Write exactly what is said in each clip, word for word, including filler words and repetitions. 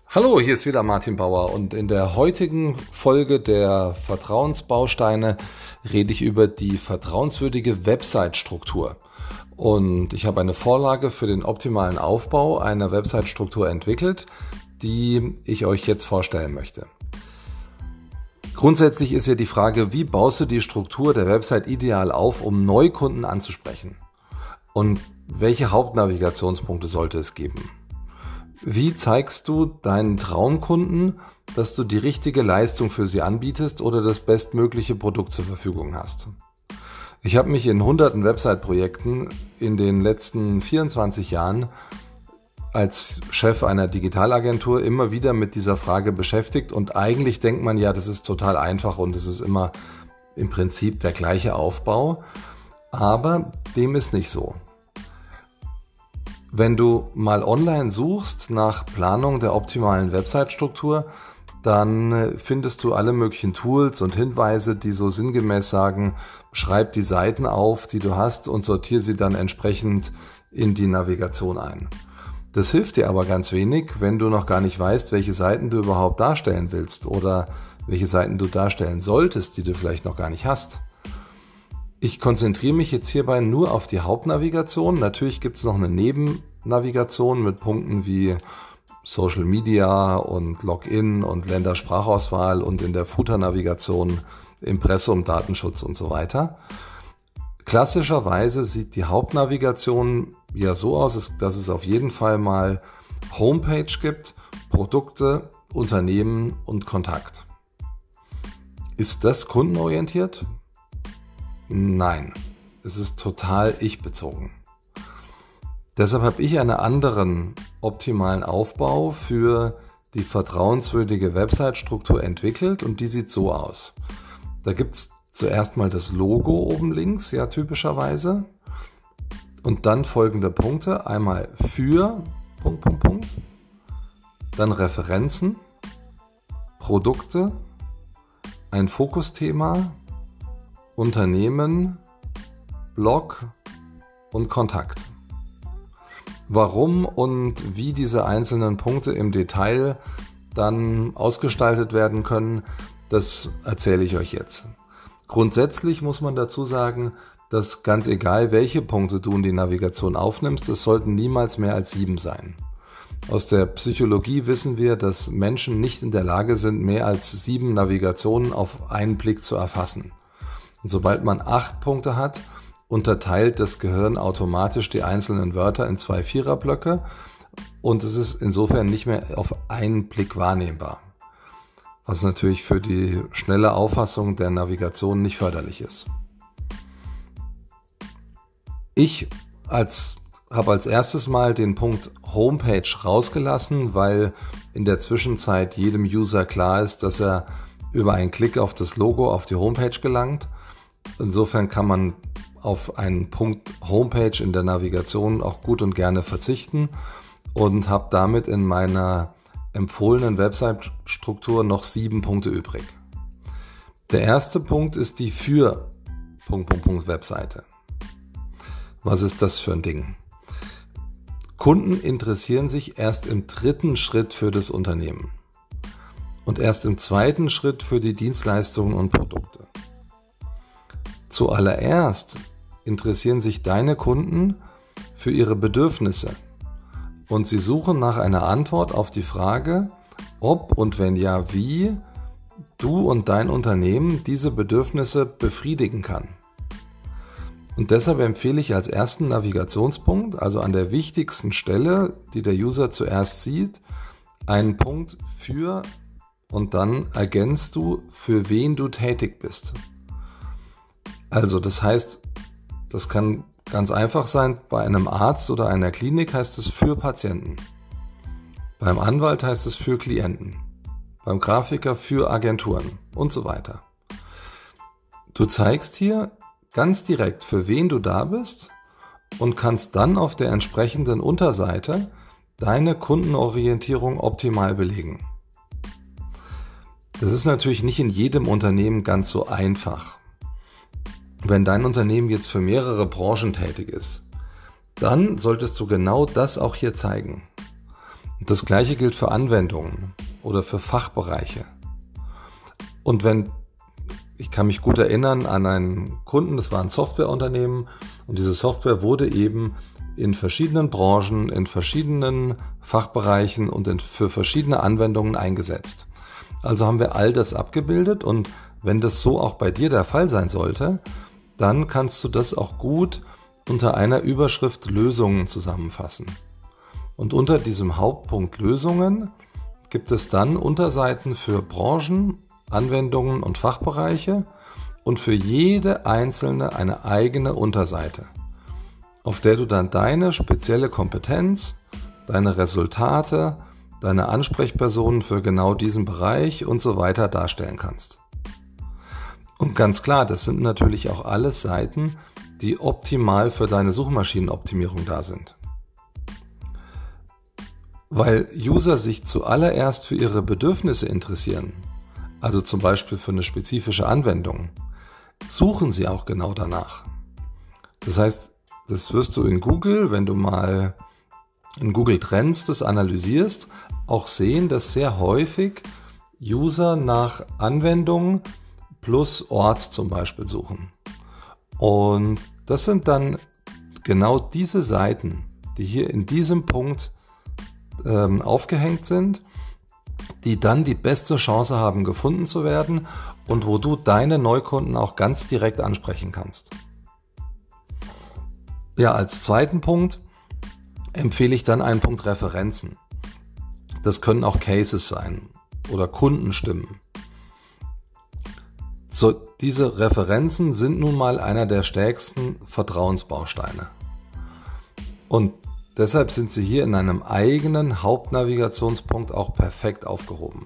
Hallo, hier ist wieder Martin Bauer und in der heutigen Folge der Vertrauensbausteine rede ich über die vertrauenswürdige Website-Struktur. Und ich habe eine Vorlage für den optimalen Aufbau einer Website-Struktur entwickelt, die ich euch jetzt vorstellen möchte. Grundsätzlich ist ja die Frage, wie baust du die Struktur der Website ideal auf, um Neukunden anzusprechen? Und welche Hauptnavigationspunkte sollte es geben? Wie zeigst du deinen Traumkunden, dass du die richtige Leistung für sie anbietest oder das bestmögliche Produkt zur Verfügung hast? Ich habe mich in hunderten Website-Projekten in den letzten vierundzwanzig Jahren als Chef einer Digitalagentur immer wieder mit dieser Frage beschäftigt und eigentlich denkt man ja, das ist total einfach und es ist immer im Prinzip der gleiche Aufbau, aber dem ist nicht so. Wenn du mal online suchst nach Planung der optimalen Website-Struktur, dann findest du alle möglichen Tools und Hinweise, die so sinngemäß sagen, schreib die Seiten auf, die du hast und sortiere sie dann entsprechend in die Navigation ein. Das hilft dir aber ganz wenig, wenn du noch gar nicht weißt, welche Seiten du überhaupt darstellen willst oder welche Seiten du darstellen solltest, die du vielleicht noch gar nicht hast. Ich konzentriere mich jetzt hierbei nur auf die Hauptnavigation. Natürlich gibt es noch eine Nebennavigation mit Punkten wie Social Media und Login und Ländersprachauswahl und in der Footer-Navigation Impressum, Datenschutz und so weiter. Klassischerweise sieht die Hauptnavigation ja so aus, dass es auf jeden Fall mal Homepage gibt, Produkte, Unternehmen und Kontakt. Ist das kundenorientiert? Nein, es ist total ich-bezogen. Deshalb habe ich einen anderen optimalen Aufbau für die vertrauenswürdige Website-Struktur entwickelt und die sieht so aus. Da gibt es zuerst mal das Logo oben links, ja typischerweise, und dann folgende Punkte. Einmal für, Punkt, Punkt, Punkt, dann Referenzen, Produkte, ein Fokusthema, Unternehmen, Blog und Kontakt. Warum und wie diese einzelnen Punkte im Detail dann ausgestaltet werden können, das erzähle ich euch jetzt. Grundsätzlich muss man dazu sagen, dass ganz egal, welche Punkte du in die Navigation aufnimmst, es sollten niemals mehr als sieben sein. Aus der Psychologie wissen wir, dass Menschen nicht in der Lage sind, mehr als sieben Navigationen auf einen Blick zu erfassen. Und sobald man acht Punkte hat, unterteilt das Gehirn automatisch die einzelnen Wörter in zwei Viererblöcke und es ist insofern nicht mehr auf einen Blick wahrnehmbar, was natürlich für die schnelle Auffassung der Navigation nicht förderlich ist. Ich als, habe als erstes mal den Punkt Homepage rausgelassen, weil in der Zwischenzeit jedem User klar ist, dass er über einen Klick auf das Logo auf die Homepage gelangt. Insofern kann man auf einen Punkt Homepage in der Navigation auch gut und gerne verzichten und habe damit in meiner empfohlenen Website-Struktur noch sieben Punkte übrig. Der erste Punkt ist die für Punkt, Punkt, Punkt Webseite. Was ist das für ein Ding? Kunden interessieren sich erst im dritten Schritt für das Unternehmen und erst im zweiten Schritt für die Dienstleistungen und Produkte. Zuallererst interessieren sich deine Kunden für ihre Bedürfnisse und sie suchen nach einer Antwort auf die Frage, ob und wenn ja, wie du und dein Unternehmen diese Bedürfnisse befriedigen kann. Und deshalb empfehle ich als ersten Navigationspunkt, also an der wichtigsten Stelle, die der User zuerst sieht, einen Punkt für und dann ergänzt du, für wen du tätig bist. Also das heißt, das kann ganz einfach sein, bei einem Arzt oder einer Klinik heißt es für Patienten. Beim Anwalt heißt es für Klienten. Beim Grafiker für Agenturen und so weiter. Du zeigst hier ganz direkt, für wen du da bist und kannst dann auf der entsprechenden Unterseite deine Kundenorientierung optimal belegen. Das ist natürlich nicht in jedem Unternehmen ganz so einfach. Wenn dein Unternehmen jetzt für mehrere Branchen tätig ist, dann solltest du genau das auch hier zeigen. Und das gleiche gilt für Anwendungen oder für Fachbereiche. Und wenn, ich kann mich gut erinnern an einen Kunden, das war ein Softwareunternehmen und diese Software wurde eben in verschiedenen Branchen, in verschiedenen Fachbereichen und in, für verschiedene Anwendungen eingesetzt. Also haben wir all das abgebildet und wenn das so auch bei dir der Fall sein sollte, dann kannst du das auch gut unter einer Überschrift Lösungen zusammenfassen. Und unter diesem Hauptpunkt Lösungen gibt es dann Unterseiten für Branchen, Anwendungen und Fachbereiche und für jede einzelne eine eigene Unterseite, auf der du dann deine spezielle Kompetenz, deine Resultate, deine Ansprechpersonen für genau diesen Bereich und so weiter darstellen kannst. Und ganz klar, das sind natürlich auch alles Seiten, die optimal für deine Suchmaschinenoptimierung da sind. Weil User sich zuallererst für ihre Bedürfnisse interessieren, also zum Beispiel für eine spezifische Anwendung, suchen sie auch genau danach. Das heißt, das wirst du in Google, wenn du mal in Google Trends das analysierst, auch sehen, dass sehr häufig User nach Anwendungen plus Ort zum Beispiel suchen. Und das sind dann genau diese Seiten, die hier in diesem Punkt ähm, aufgehängt sind, die dann die beste Chance haben, gefunden zu werden und wo du deine Neukunden auch ganz direkt ansprechen kannst. Ja, als zweiten Punkt empfehle ich dann einen Punkt Referenzen. Das können auch Cases sein oder Kundenstimmen. So, diese Referenzen sind nun mal einer der stärksten Vertrauensbausteine. Und deshalb sind sie hier in einem eigenen Hauptnavigationspunkt auch perfekt aufgehoben.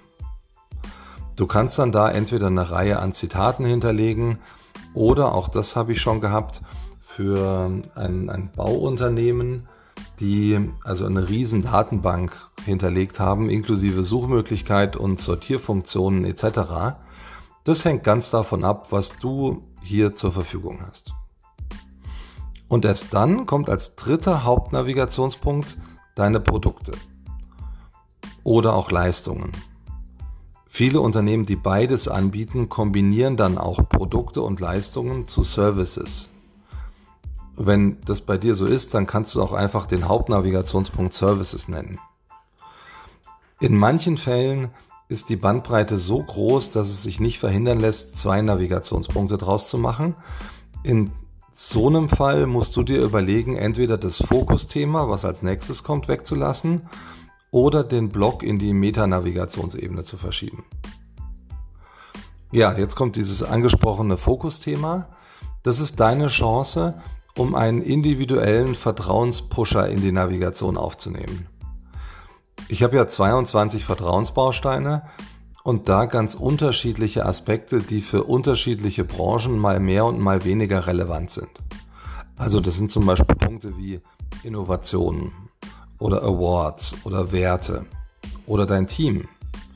Du kannst dann da entweder eine Reihe an Zitaten hinterlegen oder, auch das habe ich schon gehabt, für ein, ein Bauunternehmen, die also eine riesen Datenbank hinterlegt haben, inklusive Suchmöglichkeit und Sortierfunktionen et cetera. Das hängt ganz davon ab, was du hier zur Verfügung hast. Und erst dann kommt als dritter Hauptnavigationspunkt deine Produkte oder auch Leistungen. Viele Unternehmen, die beides anbieten, kombinieren dann auch Produkte und Leistungen zu Services. Wenn das bei dir so ist, dann kannst du auch einfach den Hauptnavigationspunkt Services nennen. In manchen Fällen ist die Bandbreite so groß, dass es sich nicht verhindern lässt, zwei Navigationspunkte draus zu machen. In so einem Fall musst du dir überlegen, entweder das Fokusthema, was als nächstes kommt, wegzulassen oder den Block in die Metanavigationsebene zu verschieben. Ja, jetzt kommt dieses angesprochene Fokusthema. Das ist deine Chance, um einen individuellen Vertrauenspusher in die Navigation aufzunehmen. Ich habe ja zweiundzwanzig Vertrauensbausteine und da ganz unterschiedliche Aspekte, die für unterschiedliche Branchen mal mehr und mal weniger relevant sind. Also das sind zum Beispiel Punkte wie Innovationen oder Awards oder Werte oder dein Team.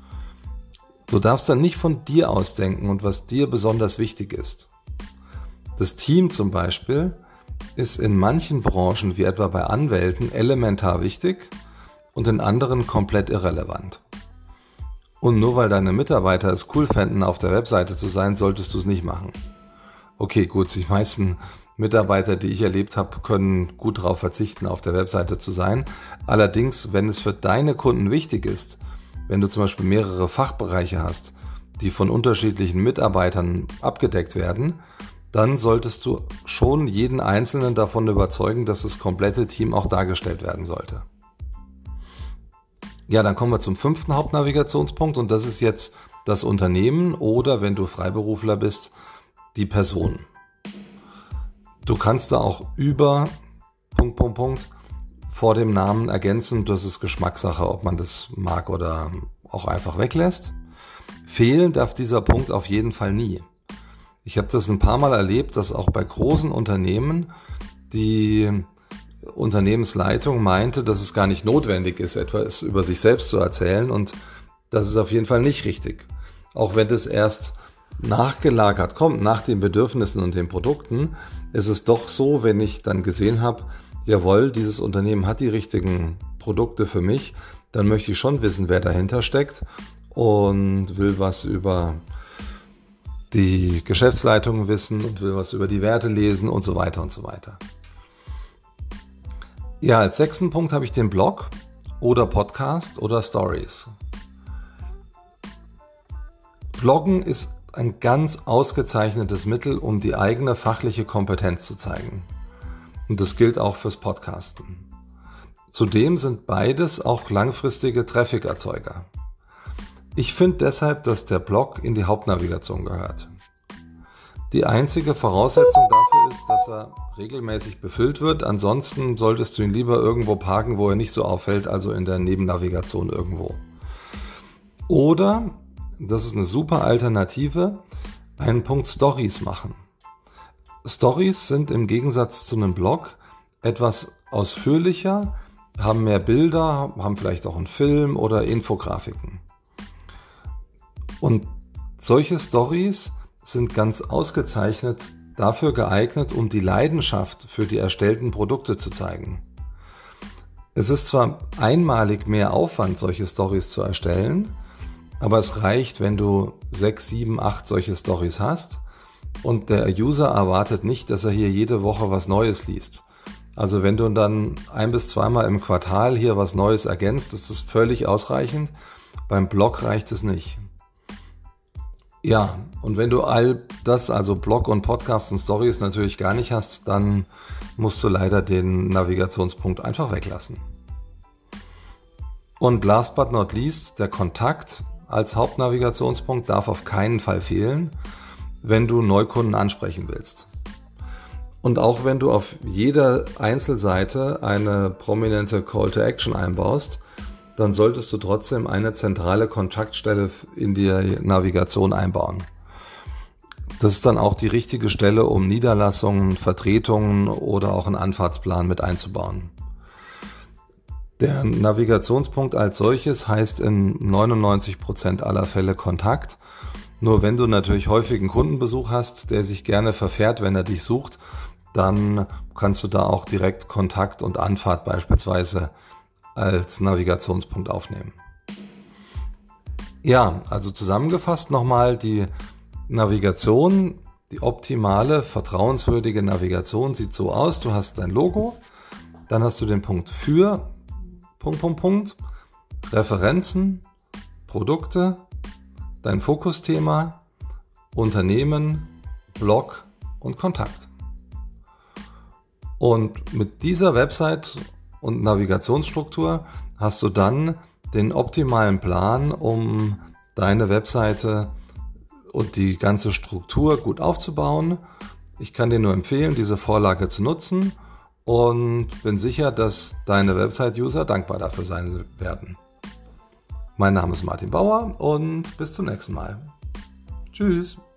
Du darfst dann nicht von dir ausdenken und was dir besonders wichtig ist. Das Team zum Beispiel ist in manchen Branchen, wie etwa bei Anwälten, elementar wichtig und in anderen komplett irrelevant. Und nur weil deine Mitarbeiter es cool fänden, auf der Webseite zu sein, solltest du es nicht machen. Okay, gut, die meisten Mitarbeiter, die ich erlebt habe, können gut darauf verzichten, auf der Webseite zu sein. Allerdings, wenn es für deine Kunden wichtig ist, wenn du zum Beispiel mehrere Fachbereiche hast, die von unterschiedlichen Mitarbeitern abgedeckt werden, dann solltest du schon jeden Einzelnen davon überzeugen, dass das komplette Team auch dargestellt werden sollte. Ja, dann kommen wir zum fünften Hauptnavigationspunkt und das ist jetzt das Unternehmen oder, wenn du Freiberufler bist, die Person. Du kannst da auch über Punkt, Punkt, Punkt vor dem Namen ergänzen. Das ist Geschmackssache, ob man das mag oder auch einfach weglässt. Fehlen darf dieser Punkt auf jeden Fall nie. Ich habe das ein paar Mal erlebt, dass auch bei großen Unternehmen die Unternehmensleitung meinte, dass es gar nicht notwendig ist, etwas über sich selbst zu erzählen und das ist auf jeden Fall nicht richtig. Auch wenn das erst nachgelagert kommt, nach den Bedürfnissen und den Produkten, ist es doch so, wenn ich dann gesehen habe, jawohl, dieses Unternehmen hat die richtigen Produkte für mich, dann möchte ich schon wissen, wer dahinter steckt und will was über die Geschäftsleitung wissen und will was über die Werte lesen und so weiter und so weiter. Ja, als sechsten Punkt habe ich den Blog oder Podcast oder Stories. Bloggen ist ein ganz ausgezeichnetes Mittel, um die eigene fachliche Kompetenz zu zeigen. Und das gilt auch fürs Podcasten. Zudem sind beides auch langfristige Traffic-Erzeuger. Ich finde deshalb, dass der Blog in die Hauptnavigation gehört. Die einzige Voraussetzung dafür ist, dass er regelmäßig befüllt wird. Ansonsten solltest du ihn lieber irgendwo parken, wo er nicht so auffällt, also in der Nebennavigation irgendwo. Oder, das ist eine super Alternative, einen Punkt Stories machen. Stories sind im Gegensatz zu einem Blog etwas ausführlicher, haben mehr Bilder, haben vielleicht auch einen Film oder Infografiken. Und solche Stories sind ganz ausgezeichnet dafür geeignet, um die Leidenschaft für die erstellten Produkte zu zeigen. Es ist zwar einmalig mehr Aufwand, solche Stories zu erstellen, aber es reicht, wenn du sechs, sieben, acht solche Stories hast und der User erwartet nicht, dass er hier jede Woche was Neues liest. Also wenn du dann ein- bis zweimal im Quartal hier was Neues ergänzt, ist das völlig ausreichend. Beim Blog reicht es nicht. Ja, und wenn du all das, also Blog und Podcast und Stories natürlich gar nicht hast, dann musst du leider den Navigationspunkt einfach weglassen. Und last but not least, der Kontakt als Hauptnavigationspunkt darf auf keinen Fall fehlen, wenn du Neukunden ansprechen willst. Und auch wenn du auf jeder Einzelseite eine prominente Call to Action einbaust, dann solltest du trotzdem eine zentrale Kontaktstelle in die Navigation einbauen. Das ist dann auch die richtige Stelle, um Niederlassungen, Vertretungen oder auch einen Anfahrtsplan mit einzubauen. Der Navigationspunkt als solches heißt in neunundneunzig Prozent aller Fälle Kontakt. Nur wenn du natürlich häufigen Kundenbesuch hast, der sich gerne verfährt, wenn er dich sucht, dann kannst du da auch direkt Kontakt und Anfahrt beispielsweise als Navigationspunkt aufnehmen. Ja, also zusammengefasst nochmal die Navigation, die optimale, vertrauenswürdige Navigation sieht so aus. Du hast dein Logo, dann hast du den Punkt für, Punkt, Punkt, Punkt, Referenzen, Produkte, dein Fokusthema, Unternehmen, Blog und Kontakt. Und mit dieser Website und Navigationsstruktur hast du dann den optimalen Plan, um deine Webseite und die ganze Struktur gut aufzubauen. Ich kann dir nur empfehlen, diese Vorlage zu nutzen und bin sicher, dass deine Website-User dankbar dafür sein werden. Mein Name ist Martin Bauer und bis zum nächsten Mal. Tschüss.